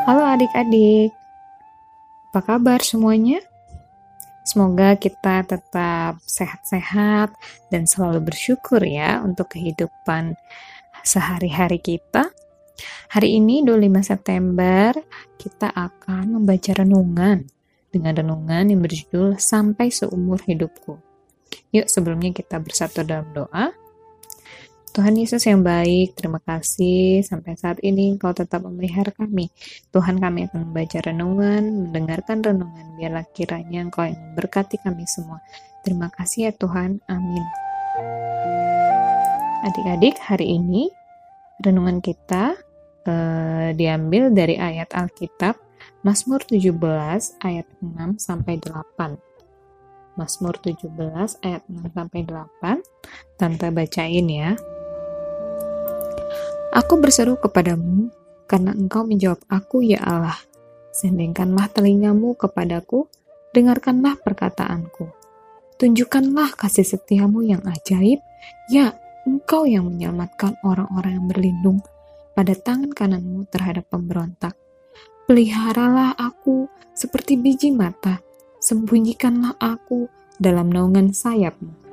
Halo adik-adik, apa kabar semuanya? Semoga kita tetap sehat-sehat dan selalu bersyukur ya untuk kehidupan sehari-hari kita. Hari ini 25 September kita akan membaca renungan dengan renungan yang berjudul Sampai Seumur Hidupku. Yuk sebelumnya kita bersatu dalam doa. Tuhan Yesus yang baik, terima kasih sampai saat ini Engkau tetap memelihara kami. Tuhan, kami akan membaca renungan, mendengarkan renungan, biarlah kiranya Engkau yang memberkati kami semua. Terima kasih ya Tuhan, amin. Adik-adik, hari ini renungan kita diambil dari ayat Alkitab Mazmur 17 ayat 6 sampai 8. Mazmur 17 ayat 6 sampai 8. Tante bacain ya. Aku berseru kepadamu, karena Engkau menjawab aku, ya Allah. Sendengkanlah telingamu kepadaku, dengarkanlah perkataanku. Tunjukkanlah kasih setiamu yang ajaib, ya Engkau yang menyelamatkan orang-orang yang berlindung pada tangan kananmu terhadap pemberontak. Peliharalah aku seperti biji mata, sembunyikanlah aku dalam naungan sayapmu.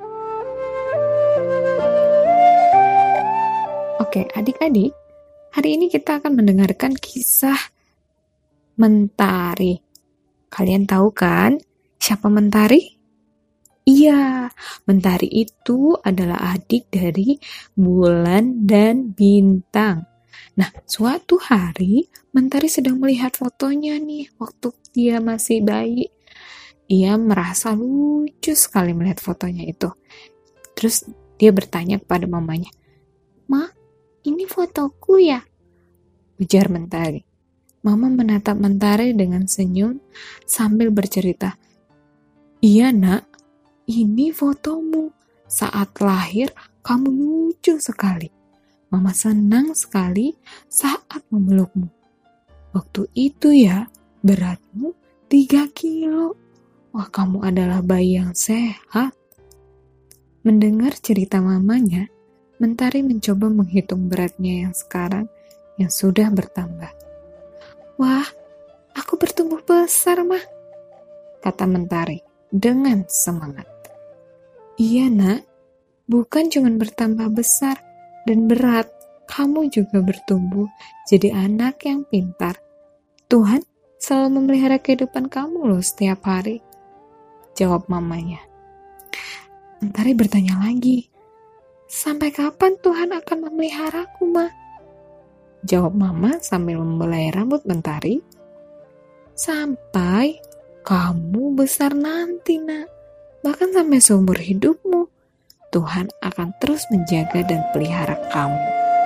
Oke, adik-adik, hari ini kita akan mendengarkan kisah Mentari. Kalian tahu kan siapa Mentari? Iya, Mentari itu adalah adik dari Bulan dan Bintang. Nah, suatu hari Mentari sedang melihat fotonya nih waktu dia masih bayi. Ia merasa lucu sekali melihat fotonya itu. Terus dia bertanya kepada mamanya, "Ma, ini fotoku ya?" Ujar Mentari. Mama menatap Mentari dengan senyum sambil bercerita, "Iya nak, ini fotomu. Saat lahir kamu lucu sekali. Mama senang sekali saat memelukmu. Waktu itu ya, beratmu 3 kilo. Wah, kamu adalah bayi yang sehat." Mendengar cerita mamanya, Mentari mencoba menghitung beratnya yang sekarang yang sudah bertambah. "Wah, aku bertumbuh besar, Mah," kata Mentari dengan semangat. "Iya, Nak. Bukan cuma bertambah besar dan berat, kamu juga bertumbuh jadi anak yang pintar. Tuhan selalu memelihara kehidupan kamu loh setiap hari," jawab mamanya. Mentari bertanya lagi, "Sampai kapan Tuhan akan memeliharaku, Ma?" Jawab mama sambil membelai rambut Mentari. "Sampai kamu besar nanti, Nak. Bahkan sampai seumur hidupmu, Tuhan akan terus menjaga dan pelihara kamu."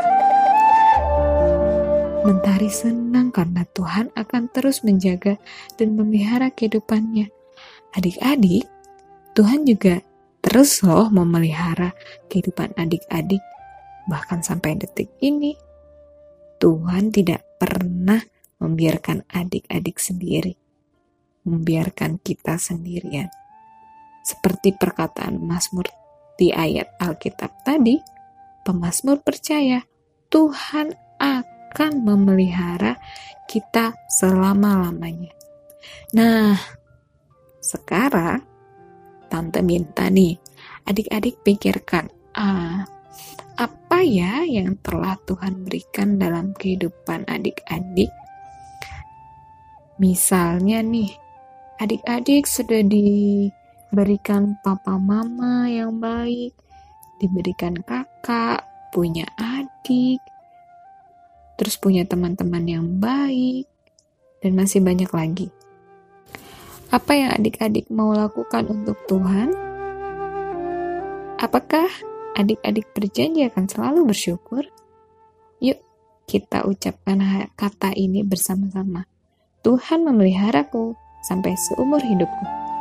Mentari senang karena Tuhan akan terus menjaga dan memelihara kehidupannya. Adik-adik, Tuhan juga terus loh memelihara kehidupan adik-adik. Bahkan sampai detik ini, Tuhan tidak pernah membiarkan adik-adik sendiri, membiarkan kita sendirian. Seperti perkataan Mazmur di ayat Alkitab tadi, pemazmur percaya Tuhan akan memelihara kita selama-lamanya. Nah, sekarang Tante minta nih, adik-adik pikirkan, apa ya yang telah Tuhan berikan dalam kehidupan adik-adik? Misalnya nih, adik-adik sudah diberikan papa mama yang baik, diberikan kakak, punya adik, terus punya teman-teman yang baik, dan masih banyak lagi. Apa yang adik-adik mau lakukan untuk Tuhan? Apakah adik-adik berjanji akan selalu bersyukur? Yuk, kita ucapkan kata ini bersama-sama. Tuhan memeliharaku sampai seumur hidupku.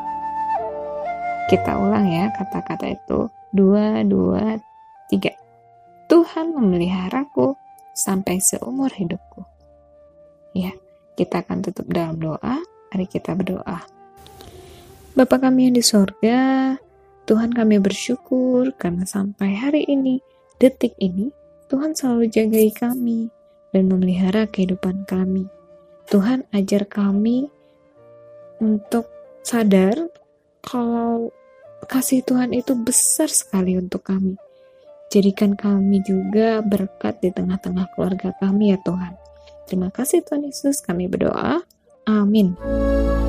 Kita ulang ya kata-kata itu. 2, 2, 3. Tuhan memeliharaku sampai seumur hidupku. Ya, kita akan tutup dalam doa. Mari kita berdoa. Bapa kami yang di sorga, Tuhan kami bersyukur karena sampai hari ini, detik ini, Tuhan selalu jagai kami dan memelihara kehidupan kami. Tuhan ajar kami untuk sadar kalau kasih Tuhan itu besar sekali untuk kami. Jadikan kami juga berkat di tengah-tengah keluarga kami ya Tuhan. Terima kasih Tuhan Yesus, kami berdoa. Amin.